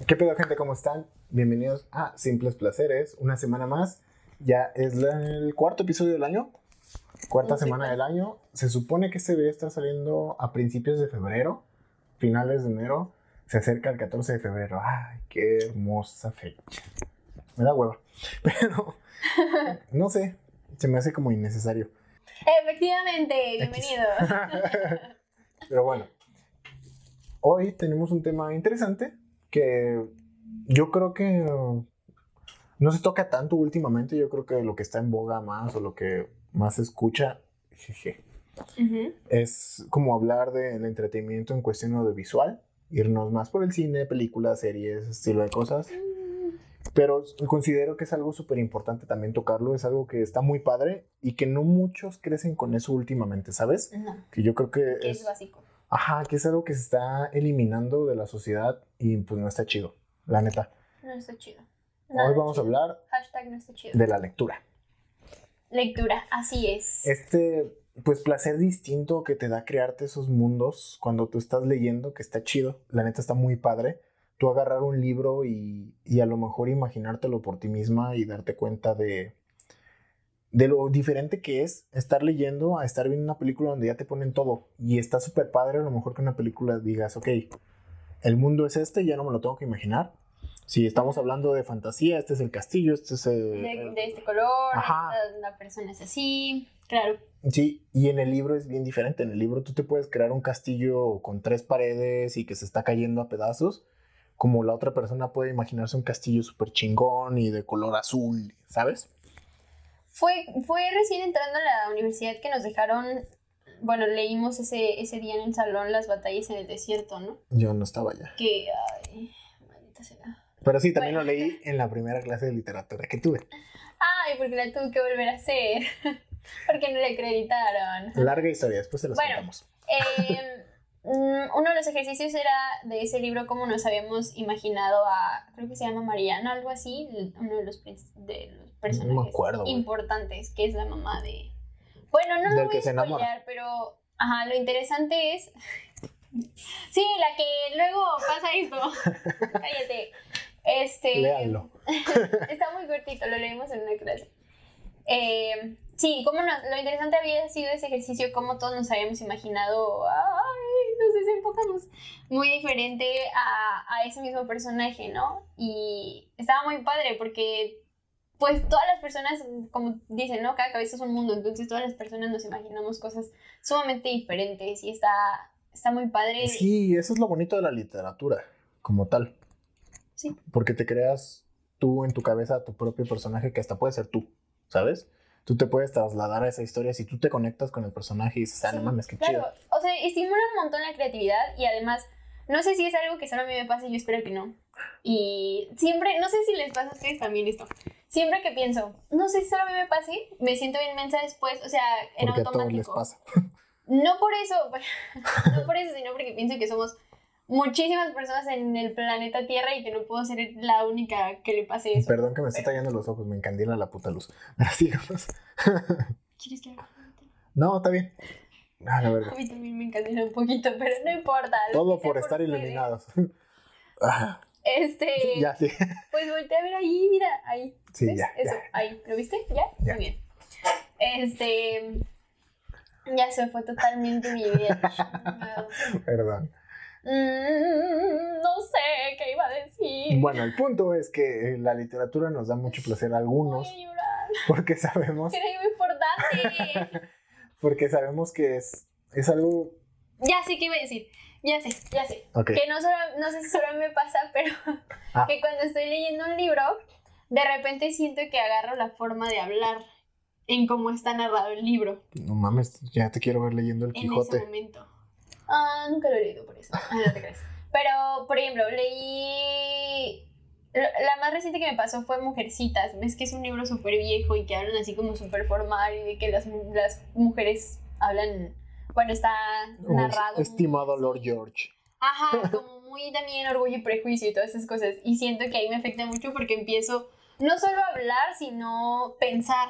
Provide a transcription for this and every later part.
¿Qué pedo, gente? ¿Cómo están? Bienvenidos a Simples Placeres. Una semana más. Ya es el cuarto episodio del año. Cuarta semana del año. Se supone que este debería estar saliendo a principios de febrero. Finales de enero. Se acerca el 14 de febrero. ¡Ay, qué hermosa fecha! Me da hueva. Pero, no sé. Se me hace como innecesario. Efectivamente, bienvenidos. Pero bueno. Hoy tenemos un tema interesante que yo creo que no se toca tanto últimamente. Yo creo que lo que está en boga más o lo que más se escucha es como hablar del entretenimiento en cuestión audiovisual, irnos más por el cine, películas, series, ese estilo de cosas. Pero considero que es algo súper importante también tocarlo. Es algo que está muy padre y que no muchos crecen con eso últimamente, ¿sabes? No. Que yo creo que Es básico. Ajá, que es algo que se está eliminando de la sociedad y pues no está chido, la neta. No está chido. Hoy vamos a hablar Hashtag no está chido. de la lectura. Lectura, así es. Pues placer distinto que te da crearte esos mundos cuando tú estás leyendo, que está chido, la neta está muy padre. Tú agarrar un libro y a lo mejor imaginártelo por ti misma y darte cuenta de lo diferente que es estar leyendo a estar viendo una película donde ya te ponen todo. Y está súper padre a lo mejor que una película digas, ok, el mundo es este, ya no me lo tengo que imaginar. Si estamos hablando de fantasía, este es el castillo, este es de este color, Ajá. la persona es así, claro. Sí, y en el libro es bien diferente. En el libro tú te puedes crear un castillo con 3 paredes y que se está cayendo a pedazos, como la otra persona puede imaginarse un castillo súper chingón y de color azul, ¿sabes? Fue recién entrando a la universidad que nos dejaron, bueno, leímos ese día en el salón Las batallas en el desierto, ¿no? Yo no estaba allá. Que, ay, maldita sea. Pero sí, también lo leí en la primera clase de literatura que tuve. Ay, porque la tuve que volver a hacer. Porque no le acreditaron. Larga historia, después se las contamos. Uno de los ejercicios era de ese libro como nos habíamos imaginado a, creo que se llama Mariana, algo así, uno de los personajes No me acuerdo, importantes, que es la mamá de... Bueno, no lo voy a spoilear, pero ajá, lo interesante es... Sí, la que luego pasa esto. Cállate. Léanlo. Está muy cortito, lo leímos en una clase. Sí, lo interesante había sido ese ejercicio, como todos nos habíamos imaginado, nos desenfocamos, muy diferente a ese mismo personaje, ¿no? Y estaba muy padre porque, pues, todas las personas, como dicen, ¿no? Cada cabeza es un mundo, entonces todas las personas nos imaginamos cosas sumamente diferentes y está muy padre. Sí, eso es lo bonito de la literatura, como tal. Sí. Porque te creas tú en tu cabeza tu propio personaje que hasta puede ser tú, ¿sabes? Tú te puedes trasladar a esa historia si tú te conectas con el personaje y dices, no mames, qué chido. Claro, o sea, estimula un montón la creatividad y además, no sé si es algo que solo a mí me pasa, yo espero que no. Y siempre, no sé si les pasa a ustedes también esto, siempre que pienso, no sé si solo a mí me pase, me siento bien mensa después, o sea, en porque automático. A todos les pasa. No por eso, sino porque pienso que somos muchísimas personas en el planeta Tierra y que no puedo ser la única que le pase eso. Perdón que me esté tallando los ojos, me encandila la puta luz. Pero sigamos. ¿Quieres que haga? No, está bien. La verdad. A mí también me encandila un poquito, pero no importa. Todo por estar iluminados. Ya, sí. Pues voltea a ver ahí, mira, ahí. Sí, ¿ves? ya. Eso, ya. ahí. ¿Lo viste? ¿Ya? Ya. Muy bien. Ya se fue totalmente mi idea. Perdón. No sé qué iba a decir. Bueno, el punto es que la literatura nos da mucho placer a algunos. Voy a llorar. Porque sabemos. Que era muy importante. Porque sabemos que es algo. Ya sé qué iba a decir. Ya sé. Okay. Que no sé si solo me pasa, pero que cuando estoy leyendo un libro, de repente siento que agarro la forma de hablar en cómo está narrado el libro. No mames, ya te quiero ver leyendo El Quijote. En ese momento. Nunca lo he leído por eso. No te crees. Pero, por ejemplo, leí... La más reciente que me pasó fue Mujercitas. Es que es un libro súper viejo y que hablan así como súper formal y de que las mujeres hablan cuando está narrado. Estimado Lord George. Ajá, como muy también Orgullo y Prejuicio y todas esas cosas. Y siento que ahí me afecta mucho porque empiezo no solo a hablar, sino pensar.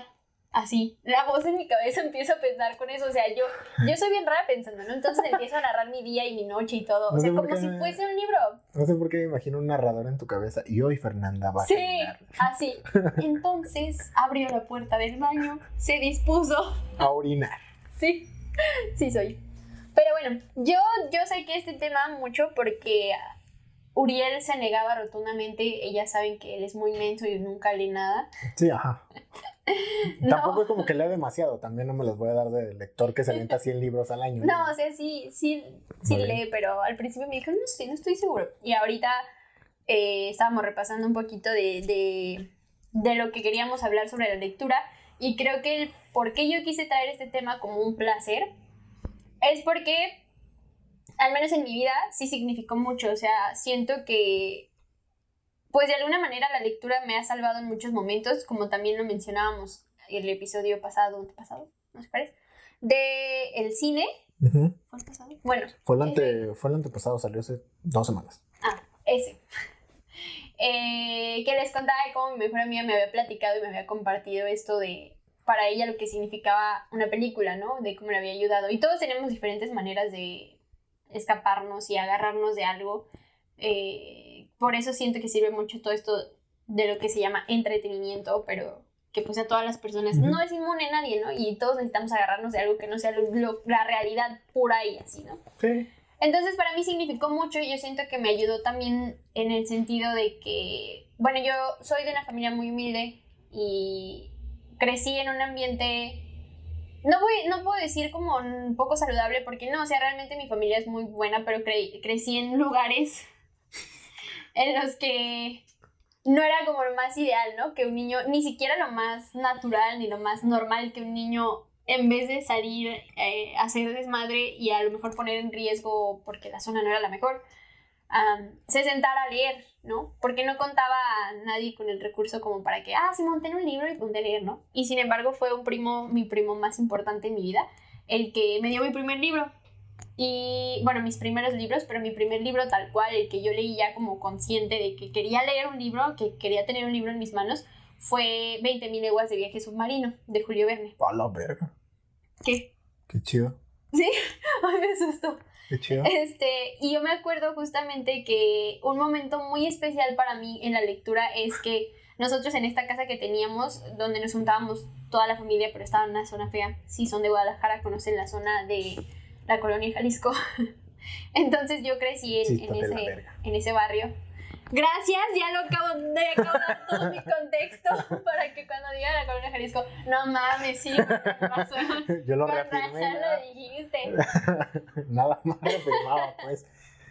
Así, la voz en mi cabeza empieza a pensar con eso, o sea, yo soy bien rara pensando, ¿no? Entonces empiezo a narrar mi día y mi noche y todo, o sea, como si fuese un libro. No sé por qué me imagino un narrador en tu cabeza y hoy Fernanda va a caminar. Así. Entonces abrió la puerta del baño, se dispuso a orinar. Sí soy. Pero bueno, yo saqué este tema mucho porque Uriel se negaba rotundamente, ellas saben que él es muy menso y nunca lee nada. Sí, ajá. No. Tampoco es como que lea demasiado, también no me los voy a dar de lector que se avienta 100 libros al año. No, o sea, sí lee, pero al principio me dijo, no sé, no estoy seguro. Y ahorita estábamos repasando un poquito de lo que queríamos hablar sobre la lectura, y creo que el por qué yo quise traer este tema como un placer es porque, al menos en mi vida, sí significó mucho. O sea, siento que pues de alguna manera la lectura me ha salvado en muchos momentos, como también lo mencionábamos en el episodio pasado, no sé cuál es, de el cine. Uh-huh. ¿Fue el pasado? Bueno. Fue el antepasado, salió hace 2 semanas. Ese. Que les contaba de cómo mi mejor amiga me había platicado y me había compartido esto de, para ella, lo que significaba una película, ¿no? De cómo le había ayudado. Y todos tenemos diferentes maneras de escaparnos y agarrarnos de algo. Por eso siento que sirve mucho todo esto de lo que se llama entretenimiento, pero que pues a todas las personas no es inmune nadie, ¿no? Y todos necesitamos agarrarnos de algo que no sea la realidad pura y así, ¿no? Sí. Entonces para mí significó mucho, y yo siento que me ayudó también en el sentido de que, bueno, yo soy de una familia muy humilde y crecí en un ambiente, no puedo decir como un poco saludable, porque no, o sea, realmente mi familia es muy buena, pero crecí en lugares en los que no era como lo más ideal, ¿no? Que un niño, ni siquiera lo más natural ni lo más normal, que un niño, en vez de salir a hacer desmadre y a lo mejor poner en riesgo porque la zona no era la mejor, se sentara a leer, ¿no? Porque no contaba a nadie con el recurso como para que, sí, monté en un libro y ponte a leer, ¿no? Y sin embargo fue mi primo más importante en mi vida, el que me dio mi primer libro. Y bueno, mis primeros libros, pero mi primer libro tal cual, el que yo leí ya como consciente de que quería leer un libro, que quería tener un libro en mis manos, fue 20.000 leguas de viaje submarino, de Julio Verne. ¡A la verga! ¿Qué? ¡Qué chido! ¿Sí? Ay, me asustó. ¡Qué chido! Y yo me acuerdo justamente que un momento muy especial para mí en la lectura es que nosotros en esta casa que teníamos, donde nos juntábamos toda la familia, pero estaba en una zona fea, si son de Guadalajara, conocen la zona de la colonia Jalisco. Entonces yo crecí en ese barrio. Gracias, ya lo acabo de dar todo mi contexto para que cuando diga la colonia Jalisco, no mames, sí, razón. Yo lo reafirmé. Con razón lo dijiste. Nada más reafirmaba, pues.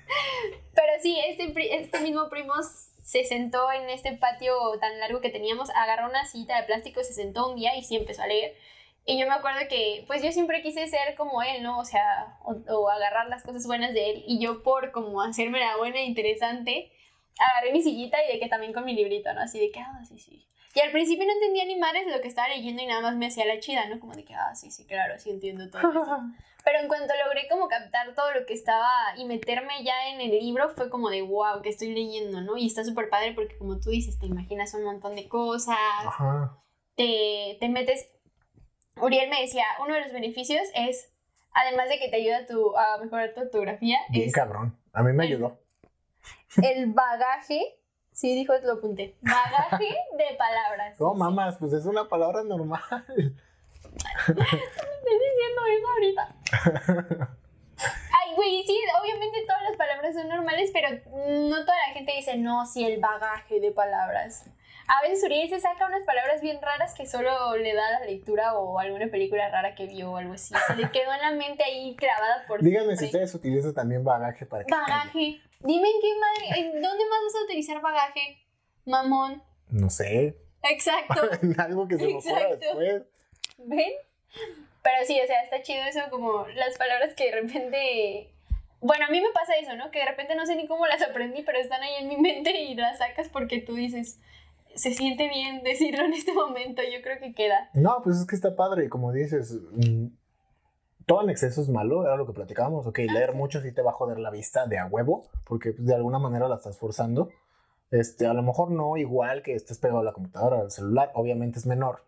Pero sí, este mismo primo se sentó en este patio tan largo que teníamos, agarró una sillita de plástico, se sentó un día y sí empezó a leer. Y yo me acuerdo que, pues yo siempre quise ser como él, ¿no? O sea, o agarrar las cosas buenas de él. Y yo, por como hacerme la buena e interesante, agarré mi sillita y de que también con mi librito, ¿no? Así de que, sí. Y al principio no entendía ni madres lo que estaba leyendo y nada más me hacía la chida, ¿no? Como de que, sí, claro, sí entiendo todo eso. Pero en cuanto logré como captar todo lo que estaba y meterme ya en el libro, fue como de, wow, que estoy leyendo, ¿no? Y está súper padre porque, como tú dices, te imaginas un montón de cosas. Ajá. Te metes. Uriel me decía, uno de los beneficios es, además de que te ayuda a mejorar tu ortografía, bien cabrón, a mí me ayudó. El bagaje, sí, dijo, lo apunté, bagaje de palabras. No, mamás, pues es una palabra normal. Me estoy diciendo eso ahorita. Ay, güey, sí, obviamente todas las palabras son normales, pero no toda la gente dice, no, sí, el bagaje de palabras. A veces Uriel se saca unas palabras bien raras que solo le da la lectura o alguna película rara que vio o algo así. Se le quedó en la mente ahí grabada por Díganme siempre. si ustedes utilizan también bagaje para que... Bagaje. Dime en dónde más vas a utilizar bagaje, mamón. No sé. Exacto. Algo que se me ocurra después. ¿Ven? Pero sí, o sea, está chido eso, como las palabras que de repente... Bueno, a mí me pasa eso, ¿no? Que de repente no sé ni cómo las aprendí, pero están ahí en mi mente y las sacas porque tú dices... Se siente bien decirlo en este momento, yo creo que queda. No, pues es que está padre, como dices, todo en exceso es malo, era lo que platicábamos, leer mucho sí te va a joder la vista de a huevo, porque pues, de alguna manera la estás forzando, a lo mejor no igual que estés pegado a la computadora o al celular, obviamente es menor,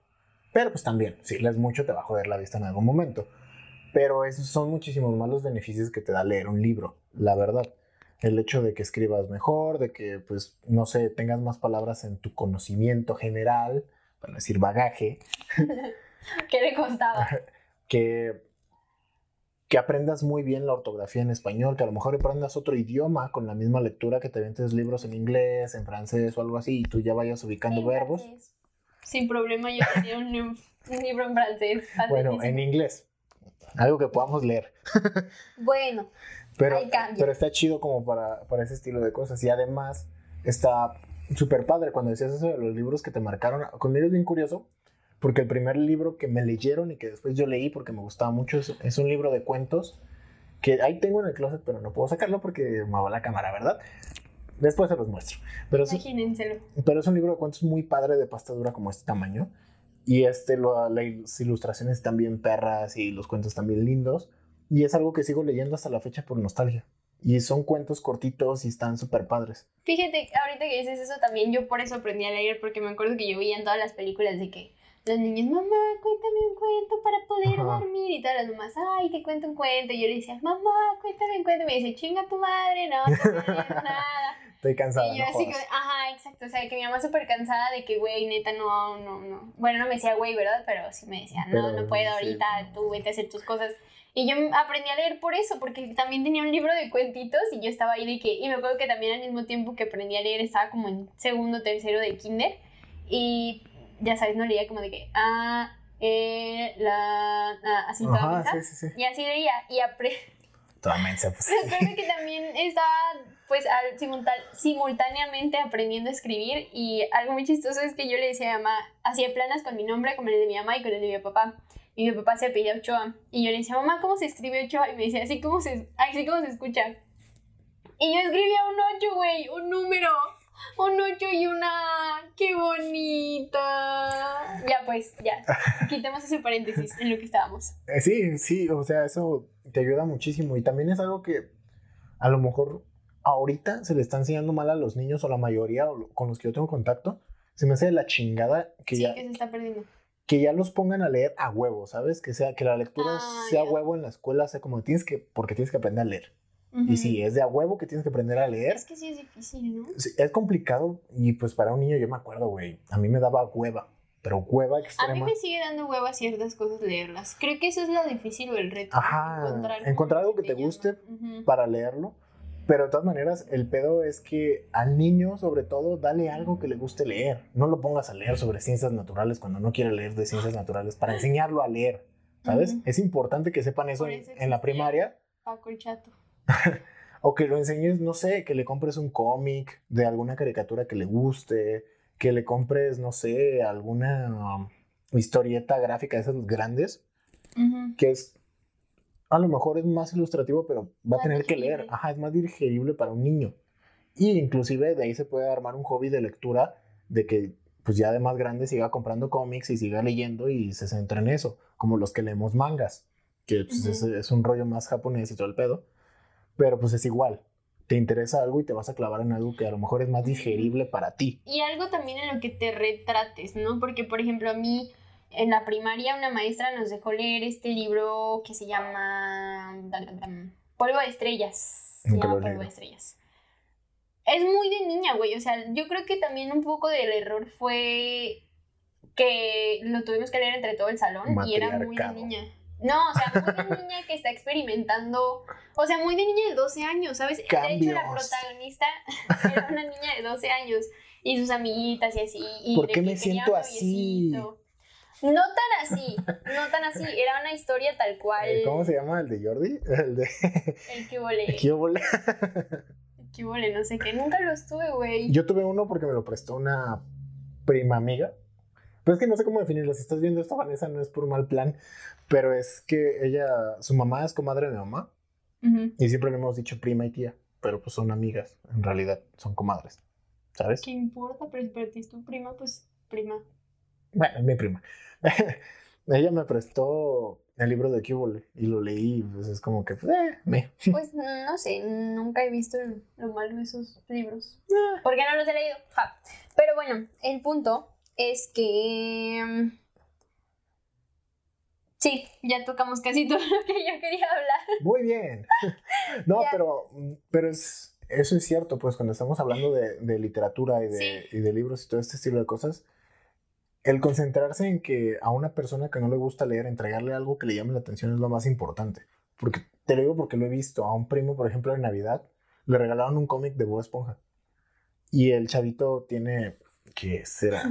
Pero pues también, si lees mucho te va a joder la vista en algún momento. Pero esos son muchísimos más los beneficios que te da leer un libro, la verdad. El hecho de que escribas mejor, de que, pues, no sé, tengas más palabras en tu conocimiento general, para no decir bagaje, ¿Qué le costaba? que, que aprendas muy bien la ortografía en español, que a lo mejor aprendas otro idioma con la misma lectura, que te ventes libros en inglés, en francés o algo así, y tú ya vayas ubicando verbos. Francés. Sin problema yo tenía un libro en francés. Bueno, en inglés. Algo que podamos leer. Bueno, pero cambio. Está chido como para ese estilo de cosas. Y además está súper padre cuando decías eso de los libros que te marcaron. Conmigo es bien curioso, porque el primer libro que me leyeron y que después yo leí porque me gustaba mucho es un libro de cuentos que ahí tengo en el closet, pero no puedo sacarlo porque me va la cámara, ¿verdad? Después se los muestro. Imagínenselo. Pero es un libro de cuentos muy padre, de pasta dura como este tamaño. Y las ilustraciones están bien perras y los cuentos están bien lindos. Y es algo que sigo leyendo hasta la fecha por nostalgia. Y son cuentos cortitos y están súper padres. Fíjate, ahorita que dices eso también, yo por eso aprendí a leer, porque me acuerdo que yo veía en todas las películas de que los niños, mamá, cuéntame un cuento para poder dormir. Y todas las mamás, ay, te cuento un cuento. Y yo le decía, mamá, cuéntame un cuento. Y me dice, chinga tu madre, no te nada. Estoy cansada, y yo no así, jodas. ajá, exacto, o sea, que mi mamá súper cansada de que, güey, neta, no. Bueno, no me decía güey, ¿verdad? Pero sí me decía, no puedo ahorita, sí. Tú vete a hacer tus cosas. Y yo aprendí a leer por eso, porque también tenía un libro de cuentitos y yo estaba ahí de que, y me acuerdo que también al mismo tiempo que aprendí a leer estaba como en segundo, tercero de kinder, y ya sabes, no leía como de que, así toda mensa, sí. Y así leía, y aprendí. Toda mensa, pues. Recuerdo que también estaba pues simultáneamente aprendiendo a escribir, y algo muy chistoso es que yo le decía a mi mamá, hacía planas con mi nombre como el de mi mamá y con el de mi papá, y mi papá se apellida Ochoa, y yo le decía, mamá, ¿cómo se escribe Ochoa? Y me decía, así como se escucha, y yo escribía un 8, güey, un número, un 8 y una, ¡qué bonita! Ya pues, ya, quitemos ese paréntesis en lo que estábamos. Sí, o sea, eso te ayuda muchísimo, y también es algo que a lo mejor ahorita se le está enseñando mal a los niños, o la mayoría, o con los que yo tengo contacto. Se me hace de la chingada que que se está perdiendo. Que ya los pongan a leer a huevo, ¿sabes? Que la lectura sea huevo en la escuela, sea como porque tienes que aprender a leer. Y sí, es de a huevo que tienes que aprender a leer. Es que sí es difícil, ¿no? Sí, es complicado, y pues para un niño, yo me acuerdo, güey, a mí me daba hueva, pero hueva extrema. A mí me sigue dando hueva ciertas cosas leerlas. Creo que eso es lo difícil o el reto. Ajá, encontrar algo que te guste para leerlo. Pero de todas maneras, el pedo es que al niño, sobre todo, dale algo que le guste leer. No lo pongas a leer sobre ciencias naturales cuando no quiere leer de ciencias naturales, para enseñarlo a leer, ¿sabes? Es importante que sepan eso en la primaria. Paco el Chato. O que lo enseñes, no sé, que le compres un cómic de alguna caricatura que le guste, que le compres, no sé, alguna historieta gráfica de esas grandes, que es... A lo mejor es más ilustrativo, pero va a tener que leer. Ajá, es más digerible para un niño. Y inclusive de ahí se puede armar un hobby de lectura, de que pues ya de más grande siga comprando cómics y siga leyendo y se centra en eso. Como los que leemos mangas, que pues, es un rollo más japonés y todo el pedo. Pero pues es igual. Te interesa algo y te vas a clavar en algo que a lo mejor es más digerible para ti. Y algo también en lo que te retrates, ¿no? Porque, por ejemplo, a mí... En la primaria una maestra nos dejó leer este libro que se llama Polvo de Estrellas. Se llama Polvo de Estrellas. Es muy de niña, güey. O sea, yo creo que también un poco del error fue que lo tuvimos que leer entre todo el salón y era muy de niña. No, o sea, muy de niña que está experimentando. O sea, muy de niña de 12 años, ¿sabes? Cambios. De hecho, la protagonista era una niña de 12 años y sus amiguitas y así. Y ¿por qué me siento así? No tan así, era una historia tal cual. ¿Cómo se llama el de Jordi? El que volé. El que volé, no sé qué, nunca los tuve, güey. Yo tuve uno porque me lo prestó una prima amiga. Pero es que no sé cómo definirlo. Si estás viendo esto, Vanessa, no es por mal plan, pero es que su mamá es comadre de mi mamá. Y siempre le hemos dicho prima y tía, pero pues son amigas, en realidad son comadres, ¿sabes? ¿Qué importa? Pero si para ti es tu prima, pues prima. Bueno, es mi prima. Ella me prestó el libro de Cúbole y lo leí, pues es como que Pues no sé, nunca he visto lo malo de esos libros. Porque no los he leído. Ja. Pero bueno, el punto es que Sí, ya tocamos casi todo lo que yo quería hablar. Muy bien. No, Ya. pero eso es cierto, pues cuando estamos hablando de literatura Sí. y de libros y todo este estilo de cosas, el concentrarse en que a una persona que no le gusta leer, entregarle algo que le llame la atención es lo más importante. Porque te lo digo porque lo he visto. A un primo, por ejemplo, de Navidad, le regalaron un cómic de Bob Esponja. Y el chavito tiene, ¿qué será?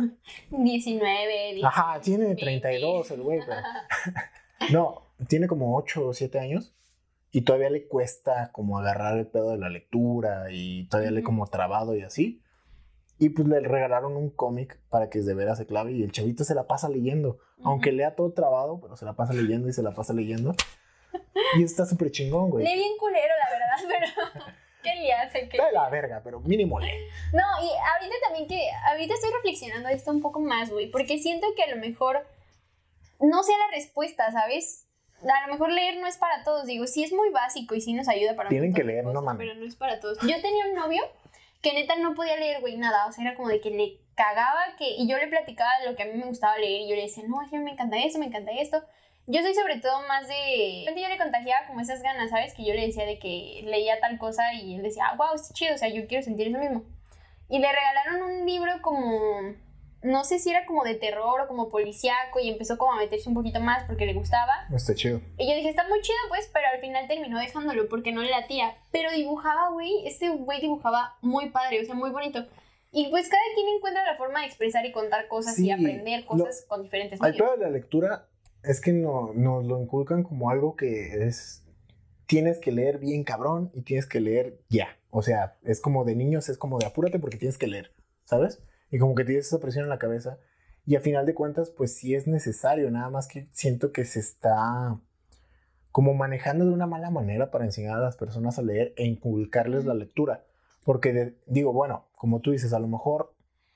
19, 10. Ajá, tiene 32 el güey, pero... No, tiene como 8 o 7 años y todavía le cuesta como agarrar el pedo de la lectura y todavía le como trabado y así. Y pues le regalaron un cómic para que de veras se clave y el chavito se la pasa leyendo. Aunque lea todo trabado, pero se la pasa leyendo y se la pasa leyendo. Y está súper chingón, güey. Lee bien culero, la verdad, pero ¿qué le hace? Está de la verga, pero mínimo lee. No, y ahorita también ahorita estoy reflexionando esto un poco más, güey, porque siento que a lo mejor no sea la respuesta, ¿sabes? A lo mejor leer no es para todos, digo, sí es muy básico y sí nos ayuda para Tienen un que montón de leer, no cosas, mames. pero no es para todos. Yo tenía un novio que neta no podía leer, güey, nada, o sea, era como de que le cagaba y yo le platicaba de lo que a mí me gustaba leer y yo le decía, no, es que me encanta esto, me encanta esto. Yo soy sobre todo más de... Yo le contagiaba como esas ganas, ¿sabes? Que yo le decía de que leía tal cosa y él decía, wow, está chido, o sea, yo quiero sentir eso mismo. Y le regalaron un libro como... No sé si era como de terror o como policíaco y empezó como a meterse un poquito más porque le gustaba. Está chido. Y yo dije, está muy chido pues, pero al final terminó dejándolo porque no le latía. Pero dibujaba, güey, este güey dibujaba muy padre, o sea, muy bonito. Y pues cada quien encuentra la forma de expresar y contar cosas Sí, y aprender cosas con diferentes El medios. pedo de la lectura es que nos lo inculcan como algo que es... Tienes que leer bien cabrón y tienes que leer ya. O sea, es como de niños, es como de apúrate porque tienes que leer, ¿sabes? Y como que tienes esa presión en la cabeza. Y a final de cuentas, pues sí es necesario. Nada más que siento que se está como manejando de una mala manera para enseñar a las personas a leer e inculcarles la lectura. Porque digo, bueno, como tú dices, a lo mejor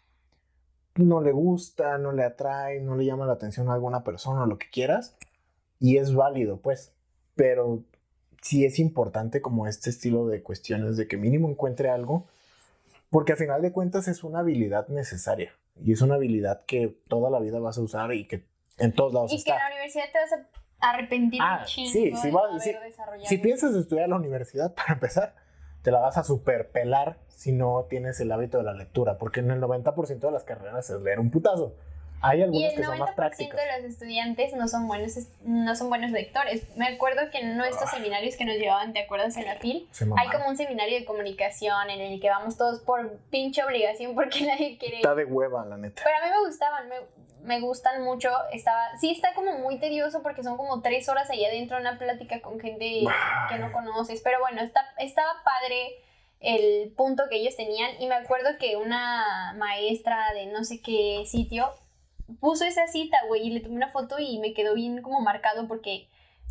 no le gusta, no le atrae, no le llama la atención a alguna persona o lo que quieras. Y es válido, pues. Pero sí es importante como este estilo de cuestiones de que mínimo encuentre algo, porque al final de cuentas es una habilidad necesaria y es una habilidad que toda la vida vas a usar y que en todos lados Y está. que en la universidad te vas a arrepentir un chingo sí, de sí, no haber desarrollado. si piensas estudiar en la universidad, para empezar, te la vas a superpelar si no tienes el hábito de la lectura, porque en el 90% de las carreras es leer un putazo. Hay Y algunas el que son más 90% prácticas. de los estudiantes no son buenos lectores. Me acuerdo que en uno de estos seminarios que nos llevaban, ¿te acuerdas? En la FIL, hay como un seminario de comunicación en el que vamos todos por pinche obligación porque nadie quiere. Está de hueva, la neta. Pero a mí me gustaban, me gustan mucho. Sí está como muy tedioso porque son como 3 horas ahí adentro una plática con gente que no conoces. Pero bueno, estaba padre el punto que ellos tenían. Y me acuerdo que una maestra de no sé qué sitio puso esa cita, güey, y le tomé una foto y me quedó bien como marcado porque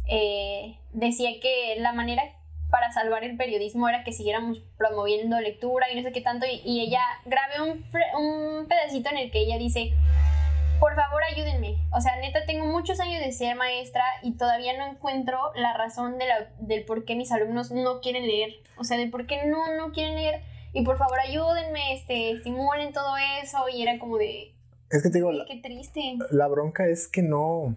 decía que la manera para salvar el periodismo era que siguiéramos promoviendo lectura y no sé qué tanto, y ella grabé un pedacito en el que ella dice, por favor ayúdenme, o sea, neta tengo muchos años de ser maestra y todavía no encuentro la razón del por qué mis alumnos no quieren leer, o sea, de por qué no quieren leer, y por favor ayúdenme, estimulen todo eso, y era como de... Es que te digo, qué triste. La bronca es que no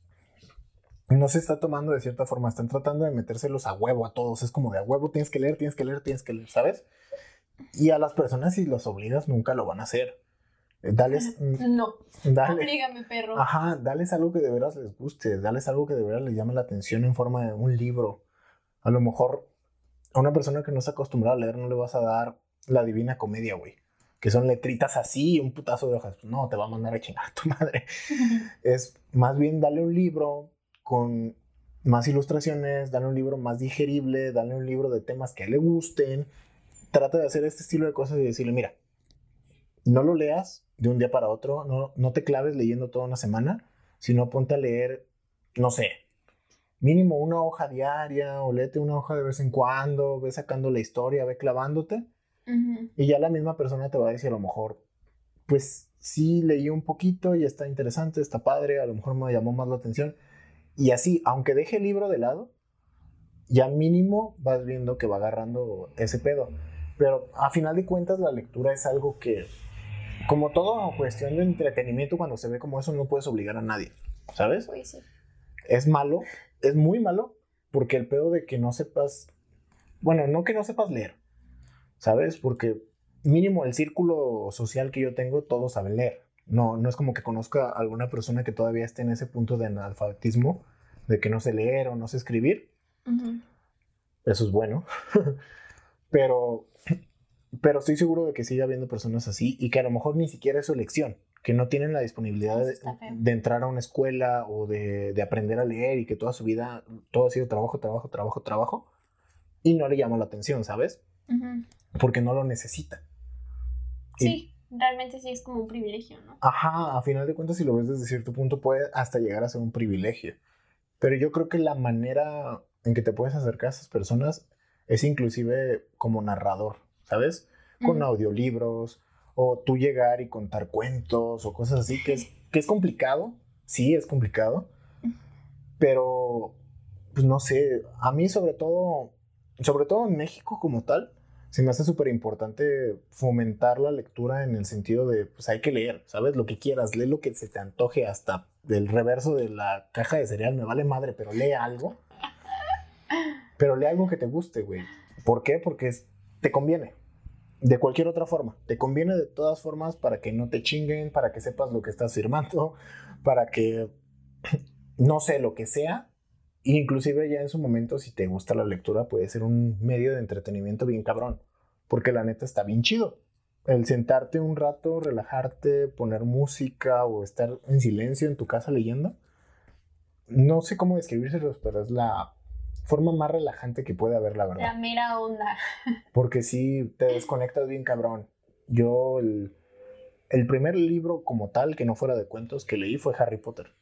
se está tomando de cierta forma. Están tratando de metérselos a huevo a todos. Es como de a huevo tienes que leer, ¿sabes? Y a las personas si los obligas nunca lo van a hacer. Dales... No, oblígame, perro. Ajá, dales algo que de veras les guste. Dales algo que de veras les llame la atención en forma de un libro. A lo mejor a una persona que no está acostumbrada a leer no le vas a dar La Divina Comedia, güey. Que son letritas así, un putazo de hojas. No, te va a mandar a chingar a tu madre. Es más bien darle un libro con más ilustraciones, darle un libro más digerible, darle un libro de temas que a él le gusten. Trata de hacer este estilo de cosas y decirle, mira, no lo leas de un día para otro, no te claves leyendo toda una semana, sino ponte a leer, no sé, mínimo una hoja diaria o léete una hoja de vez en cuando, ve sacando la historia, ve clavándote. Y ya la misma persona te va a decir a lo mejor, pues sí leí un poquito y está interesante, está padre, a lo mejor me llamó más la atención. Y así, aunque deje el libro de lado, ya mínimo vas viendo que va agarrando ese pedo. Pero a final de cuentas la lectura es algo que, como toda cuestión de entretenimiento, cuando se ve como eso no puedes obligar a nadie, ¿sabes? Pues sí. es malo, es muy malo, porque el pedo de que no sepas, bueno, no que no sepas leer, ¿sabes? Porque mínimo el círculo social que yo tengo, todos saben leer. No es como que conozca a alguna persona que todavía esté en ese punto de analfabetismo, de que no sé leer o no sé escribir. Ujú. Eso es bueno. pero, pero estoy seguro de que sigue habiendo personas así y que a lo mejor ni siquiera es su elección, que no tienen la disponibilidad de entrar a una escuela o de aprender a leer y que toda su vida todo ha sido trabajo y no le llama la atención, ¿sabes? Ujú. Porque no lo necesita. Sí, realmente sí es como un privilegio, ¿no? Ajá, a final de cuentas, si lo ves desde cierto punto, puede hasta llegar a ser un privilegio. Pero yo creo que la manera en que te puedes acercar a esas personas es inclusive como narrador, ¿sabes? Con audiolibros, o tú llegar y contar cuentos o cosas así, que es complicado, sí es complicado, pero pues no sé, a mí sobre todo en México como tal, se me hace súper importante fomentar la lectura en el sentido de, pues hay que leer, ¿sabes? Lo que quieras, lee lo que se te antoje hasta del reverso de la caja de cereal, me vale madre, pero lee algo. Pero lee algo que te guste, güey. ¿Por qué? Porque te conviene. De cualquier otra forma. Te conviene de todas formas para que no te chinguen, para que sepas lo que estás firmando, para que, no sé, lo que sea. Inclusive ya en su momento, si te gusta la lectura, puede ser un medio de entretenimiento bien cabrón. Porque la neta está bien chido. El sentarte un rato, relajarte, poner música o estar en silencio en tu casa leyendo. No sé cómo describírselos, pero es la forma más relajante que puede haber, la verdad. La mera onda. Porque sí, te desconectas bien cabrón. Yo, el primer libro como tal, que no fuera de cuentos, que leí fue Harry Potter.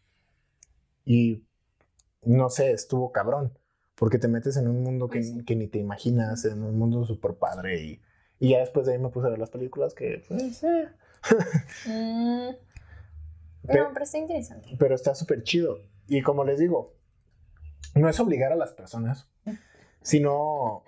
Y no sé, estuvo cabrón. Porque te metes en un mundo que ni te imaginas, en un mundo súper padre. Y ya después de ahí me puse a ver las películas que, pues, No, pero está interesante. Pero está súper chido. Y como les digo, no es obligar a las personas, sino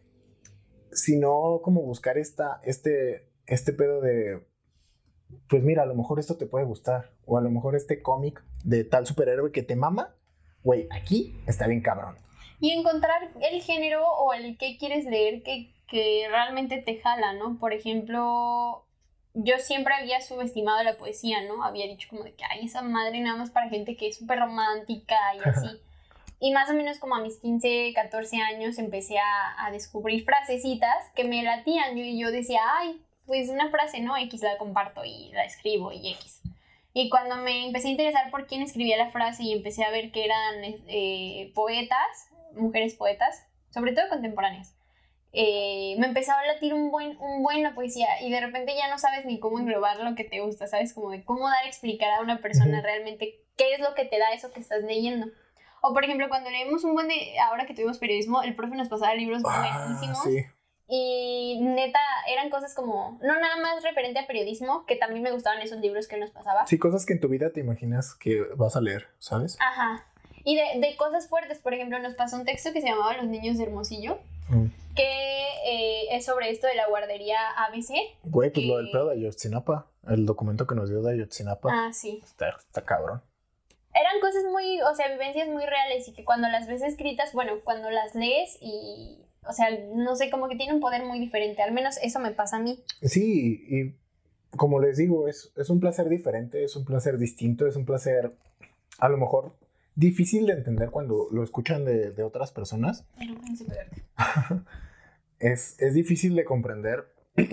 como buscar este pedo de, pues mira, a lo mejor esto te puede gustar, o a lo mejor este cómic de tal superhéroe que te mama, güey, aquí está bien cabrón. Y encontrar el género o el que quieres leer que realmente te jala, ¿no? Por ejemplo, yo siempre había subestimado la poesía, ¿no? Había dicho como de que, ay, esa madre nada más para gente que es súper romántica y así. Y más o menos como a mis 15, 14 años empecé a descubrir frasecitas que me latían. Y yo decía, ay, pues una frase, ¿no? X la comparto y la escribo y X. Y cuando me empecé a interesar por quién escribía la frase y empecé a ver que eran poetas, mujeres poetas, sobre todo contemporáneas, me empezaba a latir un buen la poesía y de repente ya no sabes ni cómo englobar lo que te gusta, ¿sabes? Como de cómo dar a explicar a una persona realmente qué es lo que te da eso que estás leyendo. O por ejemplo, cuando leemos un buen de, ahora que tuvimos periodismo, el profe nos pasaba libros buenísimos. Sí. Y neta, eran cosas como, no nada más referente a periodismo, que también me gustaban esos libros que él nos pasaba. Sí, cosas que en tu vida te imaginas que vas a leer, ¿sabes? Ajá. Y de cosas fuertes, por ejemplo, nos pasó un texto que se llamaba Los niños de Hermosillo, que es sobre esto de la guardería ABC. Güey, pues lo del pedo de Ayotzinapa, el documento que nos dio de Ayotzinapa. Ah, sí. Está cabrón. Eran cosas muy, o sea, vivencias muy reales y que cuando las ves escritas, bueno, cuando las lees y, o sea, no sé, como que tiene un poder muy diferente, al menos eso me pasa a mí. Sí, y como les digo, es un placer diferente, es un placer distinto, es un placer a lo mejor difícil de entender cuando lo escuchan de otras personas. Pero no se puede. Es difícil de comprender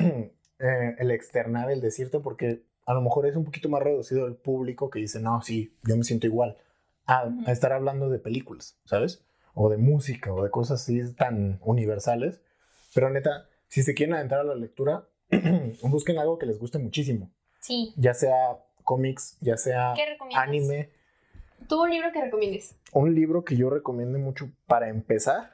el externar, el decirte, porque a lo mejor es un poquito más reducido el público que dice, no, sí, yo me siento igual, a estar hablando de películas, ¿sabes? O de música, o de cosas así tan universales. Pero neta, si se quieren adentrar a la lectura, busquen algo que les guste muchísimo. Sí. Ya sea cómics, ya sea anime. ¿Tú un libro que recomiendes? Un libro que yo recomiendo mucho para empezar.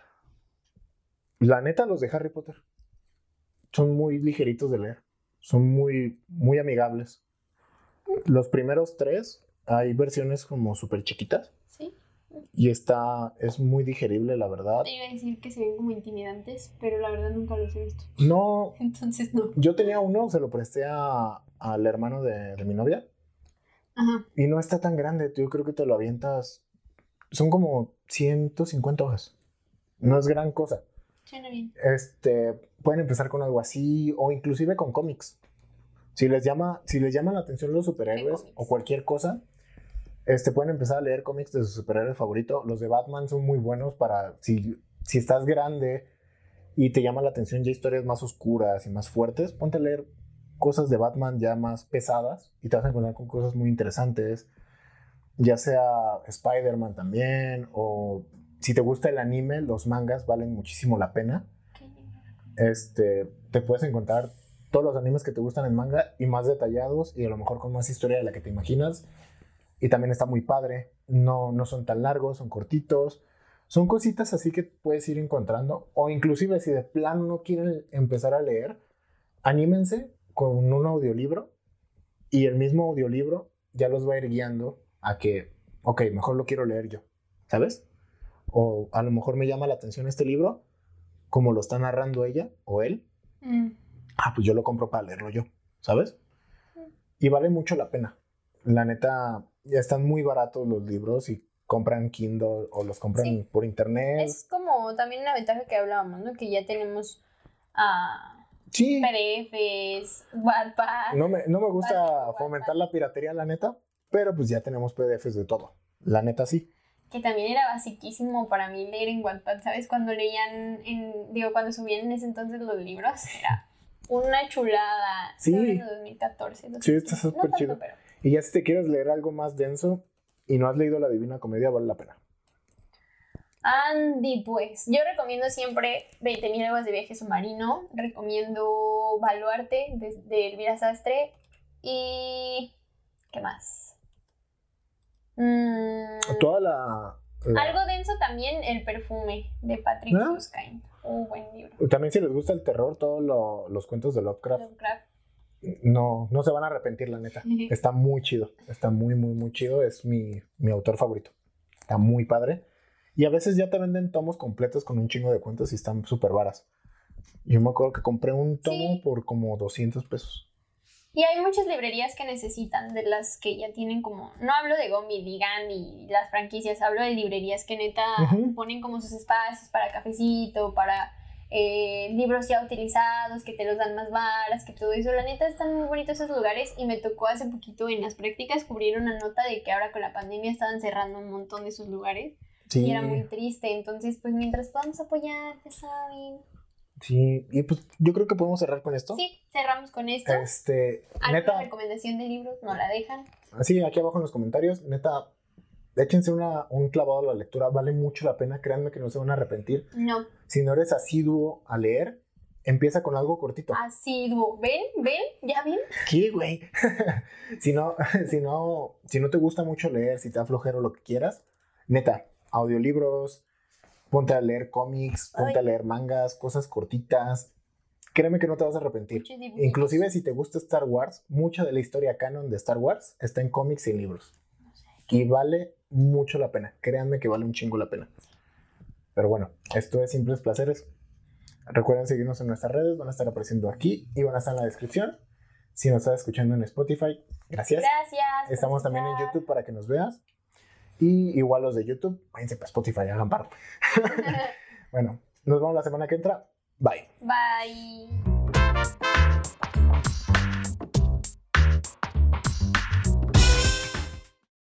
La neta, los de Harry Potter. Son muy ligeritos de leer. Son muy, muy amigables. Los primeros 3, hay versiones como súper chiquitas. Sí. Y es muy digerible, la verdad. Te iba a decir que se ven como intimidantes, pero la verdad nunca los he visto. No. Entonces no. Yo tenía uno, se lo presté al hermano de mi novia. Ajá. Y no está tan grande. Yo creo que te lo avientas son como 150 hojas. No es gran cosa. Suena bien. Pueden empezar con algo así o inclusive con cómics. Si les llama la atención los superhéroes o cualquier cosa, pueden empezar a leer cómics de su superhéroe favorito. Los de Batman son muy buenos para si estás grande y te llama la atención ya historias más oscuras y más fuertes, ponte a leer cosas de Batman ya más pesadas y te vas a encontrar con cosas muy interesantes, ya sea Spider-Man también, o si te gusta el anime, los mangas valen muchísimo la pena. Te puedes encontrar todos los animes que te gustan en manga y más detallados y a lo mejor con más historia de la que te imaginas, y también está muy padre. No son tan largos, son cortitos, son cositas así que puedes ir encontrando, o inclusive si de plano no quieren empezar a leer, anímense con un audiolibro y el mismo audiolibro ya los va a ir guiando a que, ok, mejor lo quiero leer yo, ¿sabes? O a lo mejor me llama la atención este libro, como lo está narrando ella o él, pues yo lo compro para leerlo yo, ¿sabes? Y vale mucho la pena. La neta, ya están muy baratos los libros y compran Kindle o los compran por internet. Es como también una ventaja que hablábamos, ¿no? Que ya tenemos PDFs, Wattpad. No me gusta fomentar la piratería, la neta, pero pues ya tenemos PDFs de todo. La neta sí. Que también era basiquísimo para mí leer en Wattpad, ¿sabes? Cuando cuando subían en ese entonces los libros, era una chulada. Sí. En 2014. Sí, está súper chido. Pero... Y ya si te quieres leer algo más denso y no has leído La Divina Comedia, vale la pena. Andy, pues, yo recomiendo siempre 20.000 leguas de viaje submarino, recomiendo Baluarte de Elvira Sastre y... ¿qué más? Algo denso también, El perfume de Patrick Suskind, un buen libro. También si les gusta el terror, todos los cuentos de Lovecraft. No se van a arrepentir, la neta. Está muy chido, está muy, muy, muy chido. Es mi autor favorito. Está muy padre. Y a veces ya te venden tomos completos con un chingo de cuentos y están súper varas. Yo me acuerdo que compré un tomo por como 200 pesos. Y hay muchas librerías que necesitan, de las que ya tienen como... No hablo de Gombi, Digan y las franquicias, hablo de librerías que neta ponen como sus espacios para cafecito, para libros ya utilizados, que te los dan más varas, que todo eso. La neta están muy bonitos esos lugares y me tocó hace poquito en las prácticas cubrir una nota de que ahora con la pandemia estaban cerrando un montón de esos lugares. Sí. Y era muy triste, entonces pues mientras podamos apoyar, ya saben. Sí, y pues yo creo que podemos cerrar con esto. Sí, cerramos con esto. ¿Alguna recomendación de libros? ¿No la dejan? Sí, aquí abajo en los comentarios. Neta, échense un clavado a la lectura, vale mucho la pena, créanme que no se van a arrepentir. No. Si no eres asiduo a leer, empieza con algo cortito. Asiduo, ¿ven? ¿Ya ven? ¿Qué, güey? si no te gusta mucho leer, si te da flojero lo que quieras, neta, audiolibros, ponte a leer cómics, ponte a leer mangas, cosas cortitas. Créeme que no te vas a arrepentir. Inclusive si te gusta Star Wars, mucha de la historia canon de Star Wars está en cómics y en libros. Y vale mucho la pena. Créanme que vale un chingo la pena. Pero bueno, esto es Simples Placeres. Recuerden seguirnos en nuestras redes, van a estar apareciendo aquí y van a estar en la descripción. Si nos estás escuchando en Spotify, gracias. Estamos también en YouTube para que nos veas. Y igual los de YouTube, váyanse para Spotify, hagan paro. Bueno, nos vemos la semana que entra. Bye. Bye.